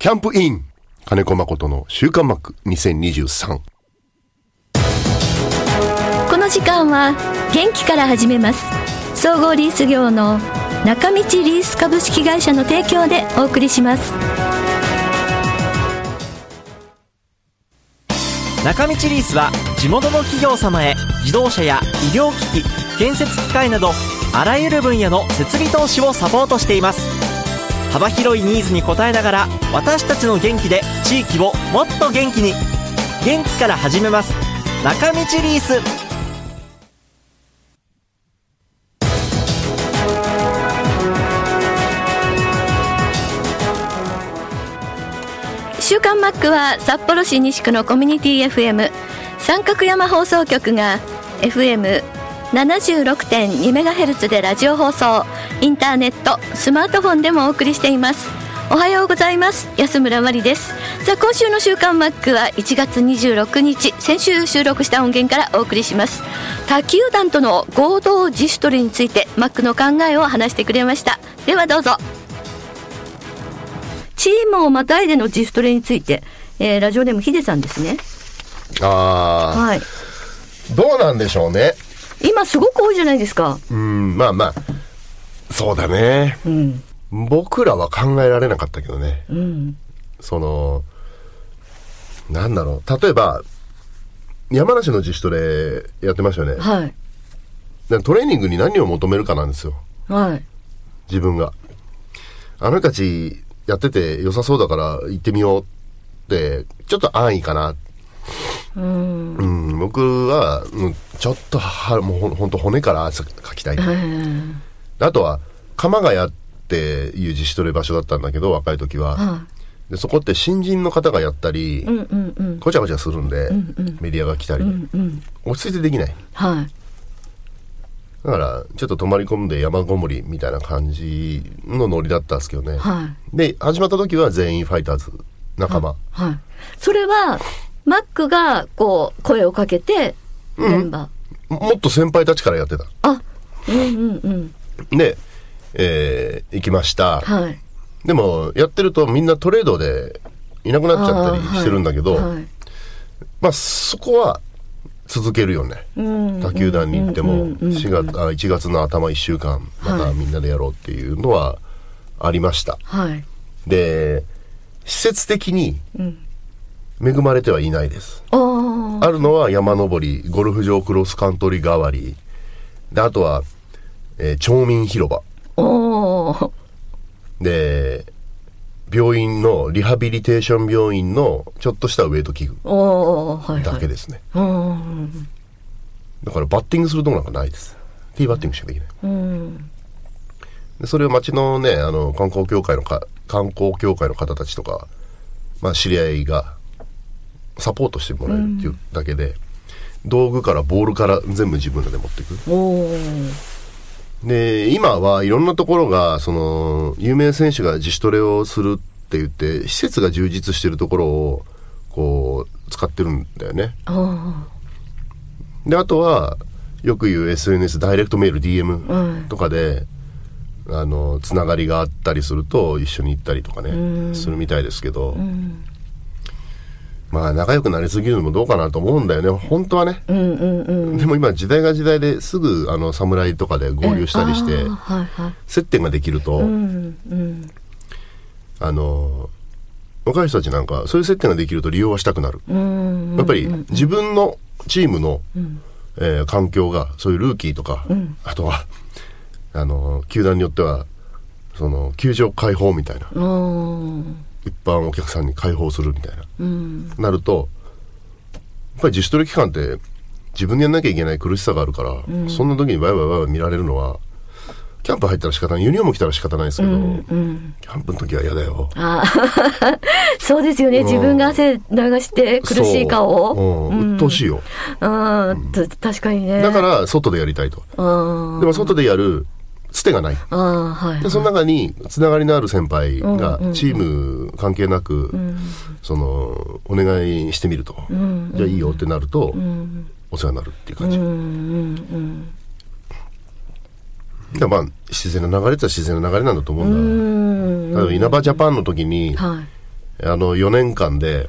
キャンプイン金子誠の週刊マック2023。 この時間は元気から始めます。総合リース業の中道リース株式会社の提供でお送りします。 中道リースは地元の企業様へ自動車や医療機器、建設機械などあらゆる分野の設備投資をサポートしています。幅広いニーズに応えながら私たちの元気で地域をもっと元気に。元気から始めます。中道リース。 週刊マックは札幌市西区のコミュニティ FM 三角山放送局が FM76.2MHz でラジオ放送、インターネット、スマートフォンでもお送りしています。おはようございます。安村麻里です。さあ、今週の週刊マックは1月26日、先週収録した音源からお送りします。他球団との合同自主トレについてマックの考えを話してくれました。ではどうぞ。チームをまたいでの自主トレについて、ラジオネームヒデさんですね。はい。 どうなんでしょうね。 今すごく多いじゃないですか。 まあまあそうだね、僕らは考えられなかったけどね、なんだろう、例えば山梨の自主トレやってましたよね。 はい。 トレーニングに何を求めるかなんですよ。はい。自分があの人たちやってて良さそうだから行ってみようってちょっと安易かな。僕はちょっともうほんと骨から汗かきたい。あとは鎌ヶ谷っていう自主トレ場所だったんだけど、若い時は、でそこって新人の方がやったり、ごちゃごちゃするんで、メディアが来たり、落ち着いてできない。だからちょっと泊まり込んで山ごもりみたいな感じのノリだったんですけどね。で始まった時は全員ファイターズ仲間。 それはマックがこう声をかけてメンバー、もっと先輩たちからやってた。で、行きました、でもやってるとみんなトレードでいなくなっちゃったりしてるんだけど、まあそこは続けるよね。他球団に行っても1月の頭1週間またみんなでやろうっていうのはありました。で施設的に恵まれてはいないです。あるのは山登り、ゴルフ場クロスカントリー代わりで、あとは、町民広場で病院のリハビリテーション病院のちょっとしたウエイト器具だけですね。だからバッティングするとこなんかないです。ティーバッティングしかできない。でそれを町のね、観光協会の方たちとか、まあ知り合いがサポートしてもらえるっていうだけで、道具からボールから全部自分らで持っていく。で今はいろんなところがその有名選手が自主トレをするって言って施設が充実してるところをこう使ってるんだよね。であとはよく言う SNS ダイレクトメール DM とかで、つながりがあったりすると一緒に行ったりとかね、するみたいですけど、まあ仲良くなりすぎるのもどうかなと思うんだよね、本当はね。でも今時代が時代ですぐ侍とかで合流したりして、接点ができると、若い人たちなんかそういう接点ができると利用はしたくなる。やっぱり自分のチームの、環境がそういうルーキーとか、あとは球団によってはその球場開放みたいな、一般お客さんに開放するみたいな、なるとやっぱり自主トレ期間って自分でやんなきゃいけない苦しさがあるから、そんな時にワイワイ見られるのはキャンプ入ったら仕方ない、ユニフォーム着たら仕方ないですけど、キャンプの時は嫌だよ。 そうですよね、自分が汗流して苦しい顔をうっとうしいよ。 確かにね。 だから外でやりたいと。でも外でやるつてがない。でその中につながりのある先輩がチーム関係なく、そのお願いしてみると、じゃあいいよってなると、お世話になるっていう感じ。だまあ自然な流れって自然な流れなんだと思うんだ。例えば稲葉ジャパンの時に、 4年間で、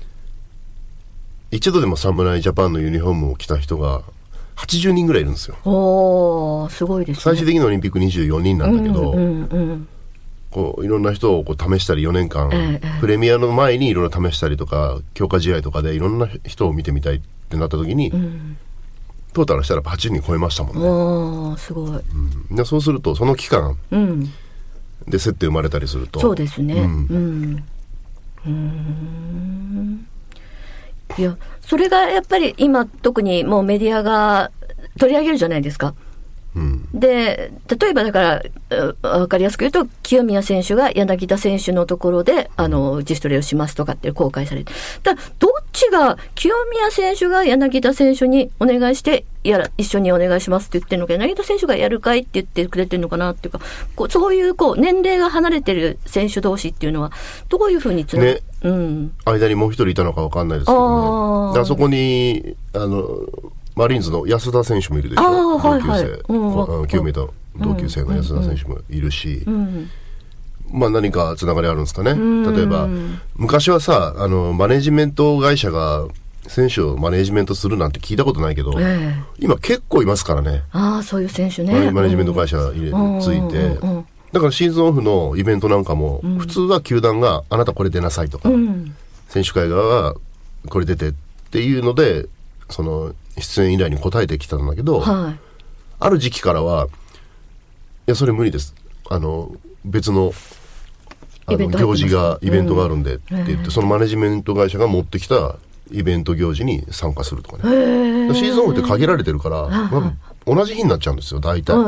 一度でも侍ジャパンのユニフォームを着た人が80人ぐらいいるんですよ。 おー、すごいですね。 最終的にオリンピック24人なんだけど、こういろんな人をこう試したり4年間、プレミアの前にいろいろ試したりとか強化試合とかでいろんな人を見てみたいってなった時に、トータルしたら80人超えましたもんね。 おー、すごい。 でそうするとその期間で接点生まれたりすると、 そうですね。いや、それがやっぱり今特にもうメディアが取り上げるじゃないですか。で、例えばだから分かりやすく言うと、清宮選手が柳田選手のところで自主トレをしますとかって公開されて、だどっちが清宮選手が柳田選手にお願いして一緒にお願いしますって言ってるのか、柳田選手がやるかいって言ってくれてるのかなっていうか、そういう年齢が離れてる選手同士っていうのはどういうふうにつながる、 間にもう一人いたのか分かんないですけどね。だからそこにマリーンズの安田選手もいるでしょ。同級生、清宮と同級生の安田選手もいるし、まあ何かつながりあるんですかね。例えば昔はさ、マネジメント会社が選手をマネジメントするなんて聞いたことないけど、今結構いますからね。 そういう選手ね。 マネジメント会社ついて、だからシーズンオフのイベントなんかも、普通は球団があなたこれ出なさいとか、選手会側がこれ出てっていうのでその出演依頼に応えてきたんだけど、ある時期からはいやそれ無理です、別の行事がイベントがあるんでって言って、そのマネジメント会社が持ってきたイベント行事に参加するとかね。シーズンオフって限られてるから、同じ日になっちゃうんですよ大体。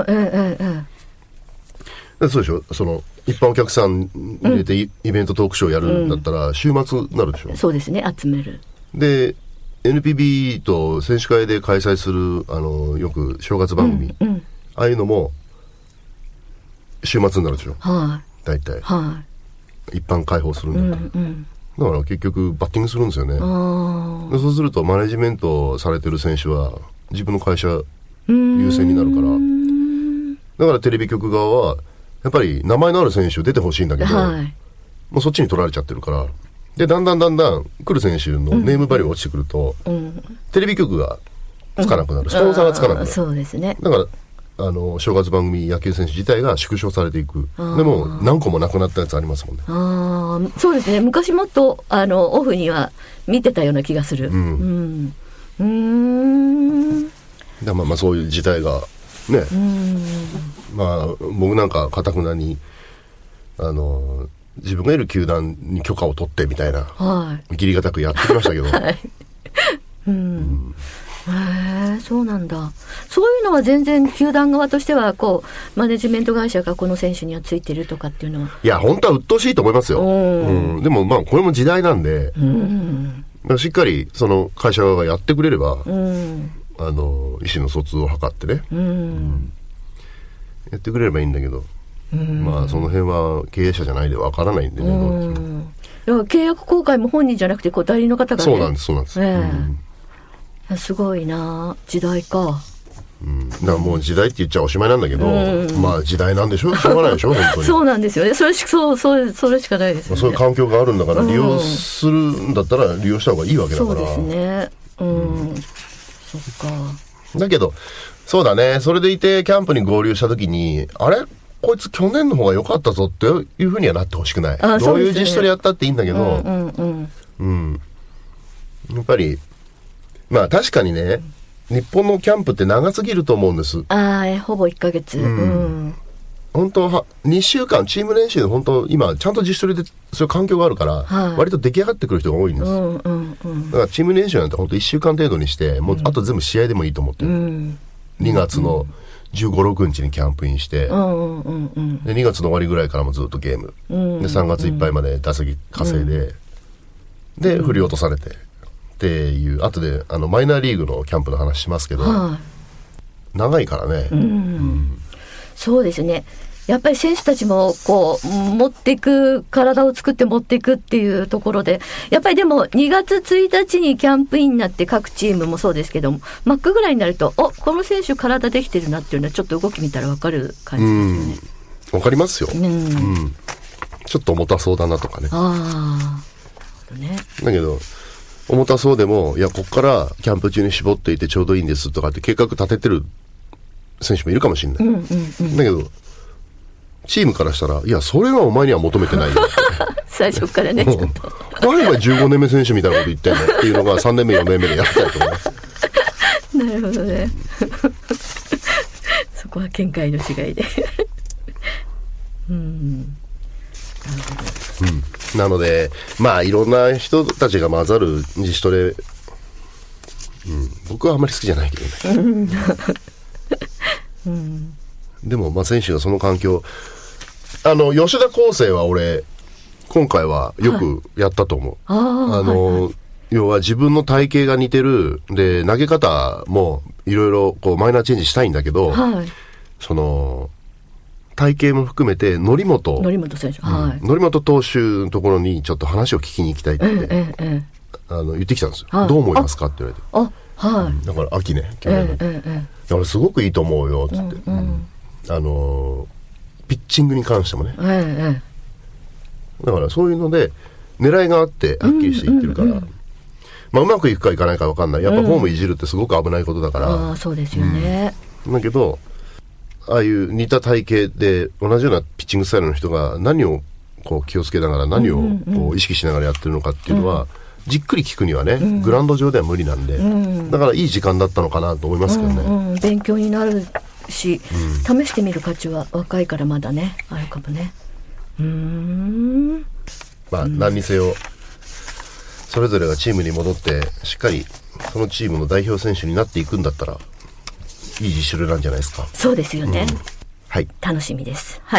そうでしょ、その一般お客さん入れてイベントトークショーやるんだったら週末になるでしょ。 そうですね、集める。 で NPB と選手会で開催するよく正月番組、ああいうのも週末になるでしょ、大体、一般開放するんだって、だから結局バッティングするんですよね。でそうするとマネジメントされてる選手は自分の会社優先になるから、だからテレビ局側はやっぱり名前のある選手出てほしいんだけど、もうそっちに取られちゃってるから、でだんだん来る選手のネームバリューが落ちてくると、テレビ局がつかなくなる、スポンサーがつかなくなる。 そうですね。 だから正月番組野球選手自体が縮小されていく。でも何個もなくなったやつありますもんね。 そうですね。昔もっとオフには見てたような気がする。 だまあそういう時代がね、まあ僕なんか固くなに自分がいる球団に許可を取ってみたいな、義理堅くやってきましたけど、 そうなんだ。そういうのは全然球団側としてはマネジメント会社がこの選手にはついてるとかっていうのは、 いや本当は鬱陶しいと思いますよ。でもまあこれも時代なんで、しっかりその会社側がやってくれれば、意思の疎通を図ってね、やってくれればいいんだけど、まあその辺は経営者じゃないでわからないんでね。 契約更改も本人じゃなくて代理の方がね。 そうなんです。 すごいな、時代か。 だからもう時代って言っちゃおしまいなんだけど、まあ時代なんでしょ、しょうがないでしょ本当に。 そうなんですよね。それしかないですよね。 そういう環境があるんだから、利用するんだったら利用した方がいいわけだから。 そうですね。そっか。 だけどそうだね、それでいてキャンプに合流した時にあれこいつ去年の方が良かったぞっていうふうにはなってほしくない。どういう自主トレやったっていいんだけど、やっぱりまあ確かにね、日本のキャンプって長すぎると思うんです。 ほぼ1ヶ月。 本当は2週間チーム練習で本当今ちゃんと自主トレでそういう環境があるから、割と出来上がってくる人が多いんです。だからチーム練習なんて本当1週間程度にして、もうあと全部試合でもいいと思ってる。2月の15、6日にキャンプインして、で2月の終わりぐらいからもずっとゲーム、で3月いっぱいまで打席稼いで、で振り落とされてっていう、後でマイナーリーグのキャンプの話しますけど、長いからね。 そうですね。やっぱり選手たちも持っていく、体を作って持っていくっていうところで、やっぱりでも2月1日にキャンプインになって各チームもそうですけども、マックぐらいになるとこの選手体できてるなっていうのはちょっと動き見たら分かる感じですよね。 分かりますよ。ちょっと重たそうだなとかね。 どね。 だけど重たそうでも、いやこっからキャンプ中に絞っていてちょうどいいんですとかって計画立ててる選手もいるかもしれない、だけどチームからしたら、いやそれはお前には求めてないよ最初からね、ちょっと何が15年目選手みたいなこと言ってんのっていうのが3年目4年目でやったりとかねなるほどねそこは見解の違いでなのでまあいろんな人たちが混ざる自主トレ、僕はあんまり好きじゃないけどね、でもまあ選手がその環境、吉田康生は俺今回はよくやったと思う、要は自分の体型が似てるで投げ方もいろいろこうマイナーチェンジしたいんだけど、その体型も含めて則本選手、則本投手のところにちょっと話を聞きに行きたいって、言ってきたんですよ、どう思いますかって言われて、だから秋ね去年の、俺すごくいいと思うよって言って、ピッチングに関してもね、だからそういうので狙いがあってはっきりしていってるから、まあ、うまくいくかいかないか分かんない、やっぱフォームいじるってすごく危ないことだから、 そうですよね、 だけどああいう似た体型で同じようなピッチングスタイルの人が何をこう気をつけながら何をこう意識しながらやってるのかっていうのは、じっくり聞くにはね、グラウンド上では無理なんで、だからいい時間だったのかなと思いますけどね、 勉強になるし、試してみる価値は若いからまだねあるかもね。 まあ何にせよそれぞれがチームに戻ってしっかりそのチームの代表選手になっていくんだったらいい自主トレなんじゃないですか。 そうですよね、 はい、 楽しみです。はい、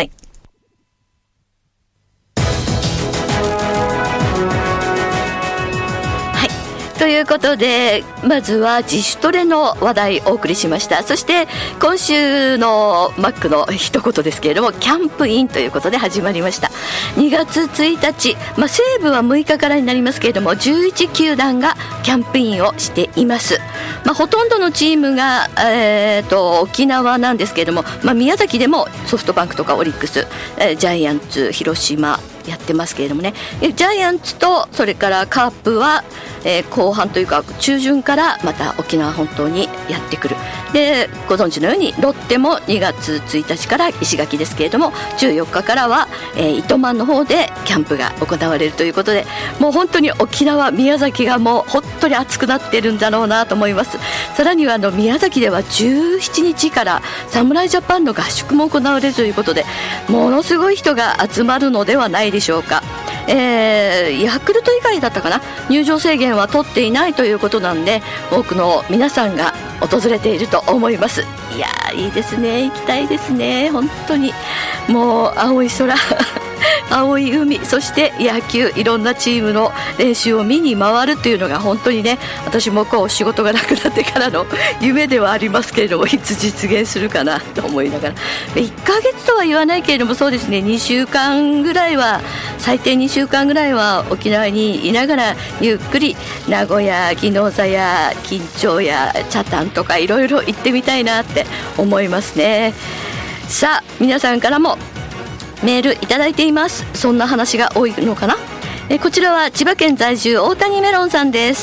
ということでまずは自主トレの話題をお送りしました。そして今週のマックの一言ですけれども、キャンプインということで始まりました。2月1日、西武は6日からになりますけれども11球団がキャンプインをしています。ほとんどのチームが、沖縄なんですけれども、宮崎でもソフトバンクとかオリックス、ジャイアンツ、広島やってますけれどもね、ジャイアンツとそれからカープは、後半というか中旬からまた沖縄本島にやってくる。でご存知のようにロッテも2月1日から石垣ですけれども14日からは、糸満の方でキャンプが行われるということで、もう本当に沖縄宮崎がもう本当に暑くなってるんだろうなと思います。さらには宮崎では17日から侍ジャパンの合宿も行われるということで、ものすごい人が集まるのではないでしょうか。ヤクルト以外だったかな、入場制限は取っていないということなんで多くの皆さんが訪れていると思います。いやいいですね、行きたいですね。本当にもう青い空青い海、そして野球、いろんなチームの練習を見に回るというのが本当にね、私もこう仕事がなくなってからの夢ではありますけれども、いつ実現するかなと思いながら、1ヶ月とは言わないけれどもそうですね、2週間ぐらいは、最低2週間ぐらいは沖縄にいながらゆっくり名古屋、宜野座や金武や北谷とかいろいろ行ってみたいなって思いますね。さあ皆さんからもメールいただいています。そんな話が多いのかな。こちらは千葉県在住大谷メロンさんです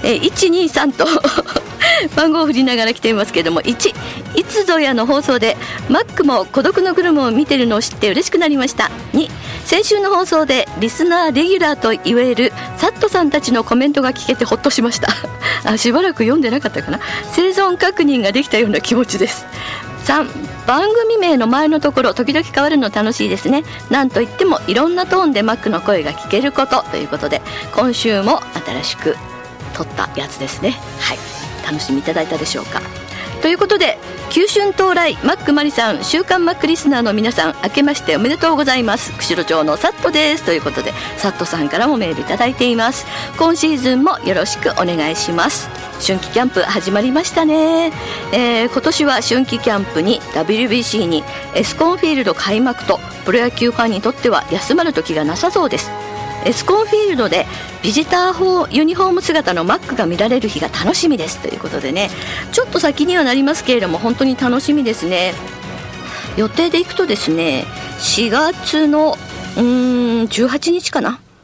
。123と番号を振りながら来ていますけれども、1いつぞやの放送でマックも孤独のグルメを見てるのを知って嬉しくなりました。2先週の放送でリスナーレギュラーと言えるサットさんたちのコメントが聞けてほっとしましたしばらく読んでなかったかな。生存確認ができたような気持ちです。3番組名の前のところ時々変わるの楽しいですね。なんといってもいろんなトーンでマックの声が聞けることということで、今週も新しく撮ったやつですね。はい、楽しみいただいたでしょうか。ということで旧春到来、マックマリさん、週刊マックリスナーの皆さん、明けましておめでとうございます。釧路町のサットですということで、サットさんからもメールいただいています。今シーズンもよろしくお願いします。春季キャンプ始まりましたね。今年は春季キャンプに WBC にエスコンフィールド開幕と、プロ野球ファンにとっては休まる時がなさそうです。エスコンフィールドでビジターユニフォーム姿のマックが見られる日が楽しみですということでね、ちょっと先にはなりますけれども本当に楽しみですね。予定で行くとですね、4月の18日かな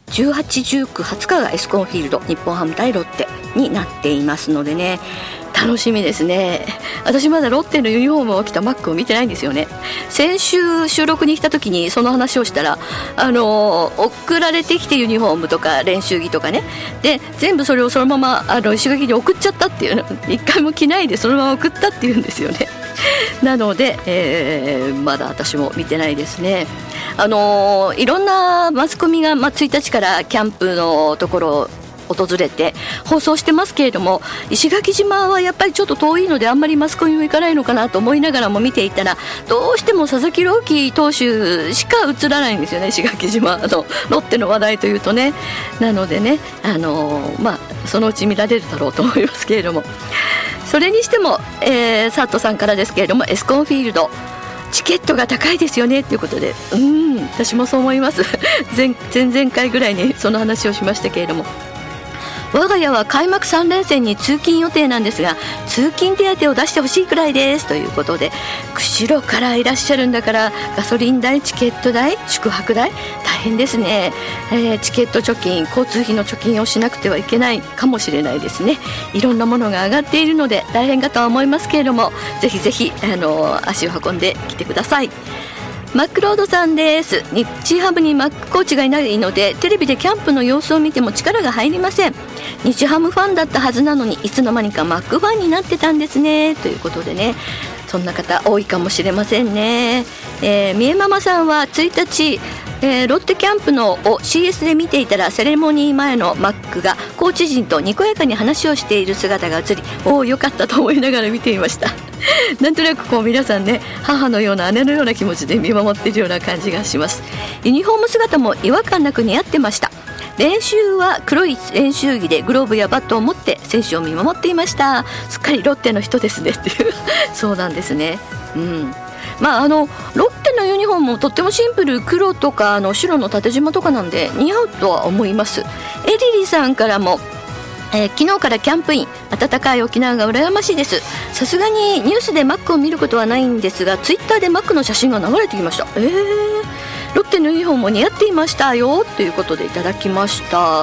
18、19、20日がエスコンフィールド、日本ハム対ロッテになっていますのでね、楽しみですね。私まだロッテのユニフォームを着たマックを見てないんですよね。先週収録に来た時にその話をしたら、送られてきてユニフォームとか練習着とかね、で全部それをそのまま石垣に送っちゃったっていうの、一回も着ないでそのまま送ったっていうんですよね。なので、まだ私も見てないですね。いろんなマスコミが、1日からキャンプのところを訪れて放送してますけれども、石垣島はやっぱりちょっと遠いのであんまりマスコミも行かないのかなと思いながらも見ていたら、どうしても佐々木朗希投手しか映らないんですよね、石垣島のロッテの話題というとね。なのでね、そのうち見られるだろうと思いますけれども、それにしても、佐藤さんからですけれども、エスコンフィールドチケットが高いですよねということで、私もそう思います。前々回ぐらいにその話をしましたけれども、我が家は開幕3連戦に通勤予定なんですが、通勤手当を出してほしいくらいですということで、釧路からいらっしゃるんだからガソリン代、チケット代、宿泊代大変ですね。チケット貯金、交通費の貯金をしなくてはいけないかもしれないですね。いろんなものが上がっているので大変かとは思いますけれども、ぜひぜひ足を運んできてください。マックロードさんです。日ハムにマックコーチがいないのでテレビでキャンプの様子を見ても力が入りません。日ハムファンだったはずなのにいつの間にかマックファンになってたんですねということでね、そんな方多いかもしれませんね。みえママさんは1日ロッテキャンプのを CS で見ていたら、セレモニー前のマックがコーチ陣とにこやかに話をしている姿が映り、良かったと思いながら見ていました。なんとなく皆さんね、母のような姉のような気持ちで見守っているような感じがします。ユニフォーム姿も違和感なく似合ってました。練習は黒い練習着でグローブやバットを持って選手を見守っていました。すっかりロッテの人ですねっていうそうなんですね。ロッテのユニフォームもとってもシンプル、黒とか白の縦縞とかなんで似合うとは思います。エリリさんからも、昨日からキャンプイン、暖かい沖縄が羨ましいです。さすがにニュースでマックを見ることはないんですが、ツイッターでマックの写真が流れてきました。ロッテのユニフォームも似合っていましたよということでいただきました。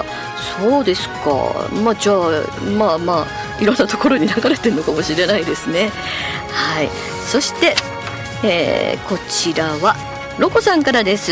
そうですか。じゃあいろんなところに流れてるのかもしれないですね。はい。そして、こちらはロコさんからです。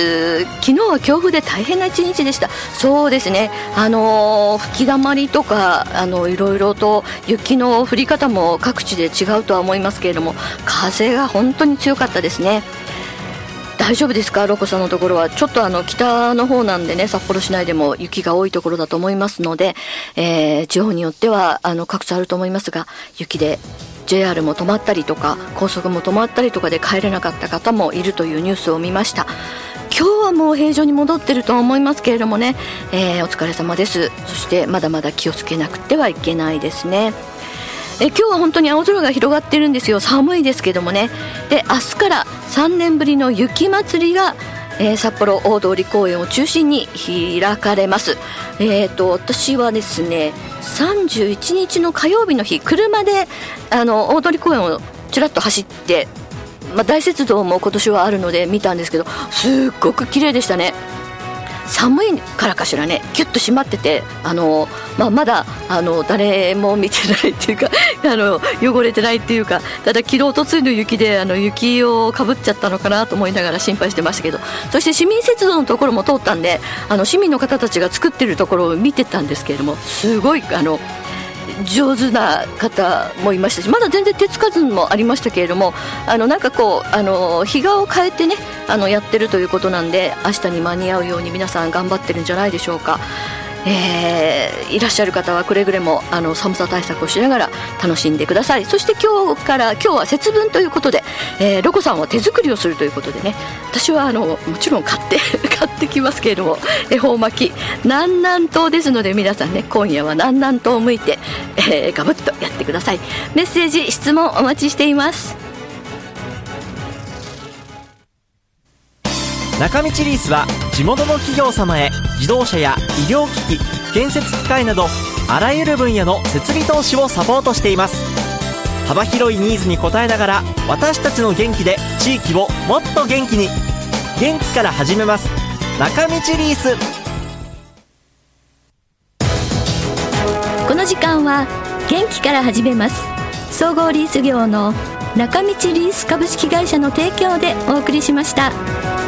昨日は強風で大変な一日でした。そうですね、吹きだまりとかいろいろと雪の降り方も各地で違うとは思いますけれども、風が本当に強かったですね。大丈夫ですか、ロコさんのところは。ちょっと北の方なんでね、札幌市内でも雪が多いところだと思いますので、地方によっては各地あると思いますが、雪でJR も止まったりとか高速も止まったりとかで帰れなかった方もいるというニュースを見ました。今日はもう平常に戻ってるとは思いますけれどもね、お疲れ様です。そしてまだまだ気をつけなくてはいけないですね。今日は本当に青空が広がってるんですよ。寒いですけどもね。で、明日から3年ぶりの雪まつりが、札幌大通公園を中心に開かれます。私はですね、31日の火曜日の日、車で大通公園をちらっと走って、大雪道も今年はあるので見たんですけど、すっごく綺麗でしたね。寒いからかしらね、キュッと締まってて、まだ誰も見てないっていうか汚れてないっていうか、ただ昨日おとついの雪で雪をかぶっちゃったのかなと思いながら心配してましたけど、そして市民雪道のところも通ったんで、市民の方たちが作ってるところを見てたんですけれども、すごい上手な方もいましたし、まだ全然手つかずもありましたけれども、日がを変えてねやってるということなんで、明日に間に合うように皆さん頑張ってるんじゃないでしょうか。いらっしゃる方はくれぐれも寒さ対策をしながら楽しんでください。そして今日は節分ということで、ロコさんは手作りをするということでね、私はもちろん買ってきますけれども、恵方巻き南南東ですので、皆さんね、今夜は南南東を向いて、ガブッとやってください。メッセージ質問お待ちしています。 中道リースは地元の企業様へ自動車や医療機器、建設機械などあらゆる分野の設備投資をサポートしています。幅広いニーズに応えながら、私たちの元気で地域をもっと元気に。元気から始めます。中道リース。 の時間は元気から始めます。総合リース業の中道リース株式会社の提供でお送りしました。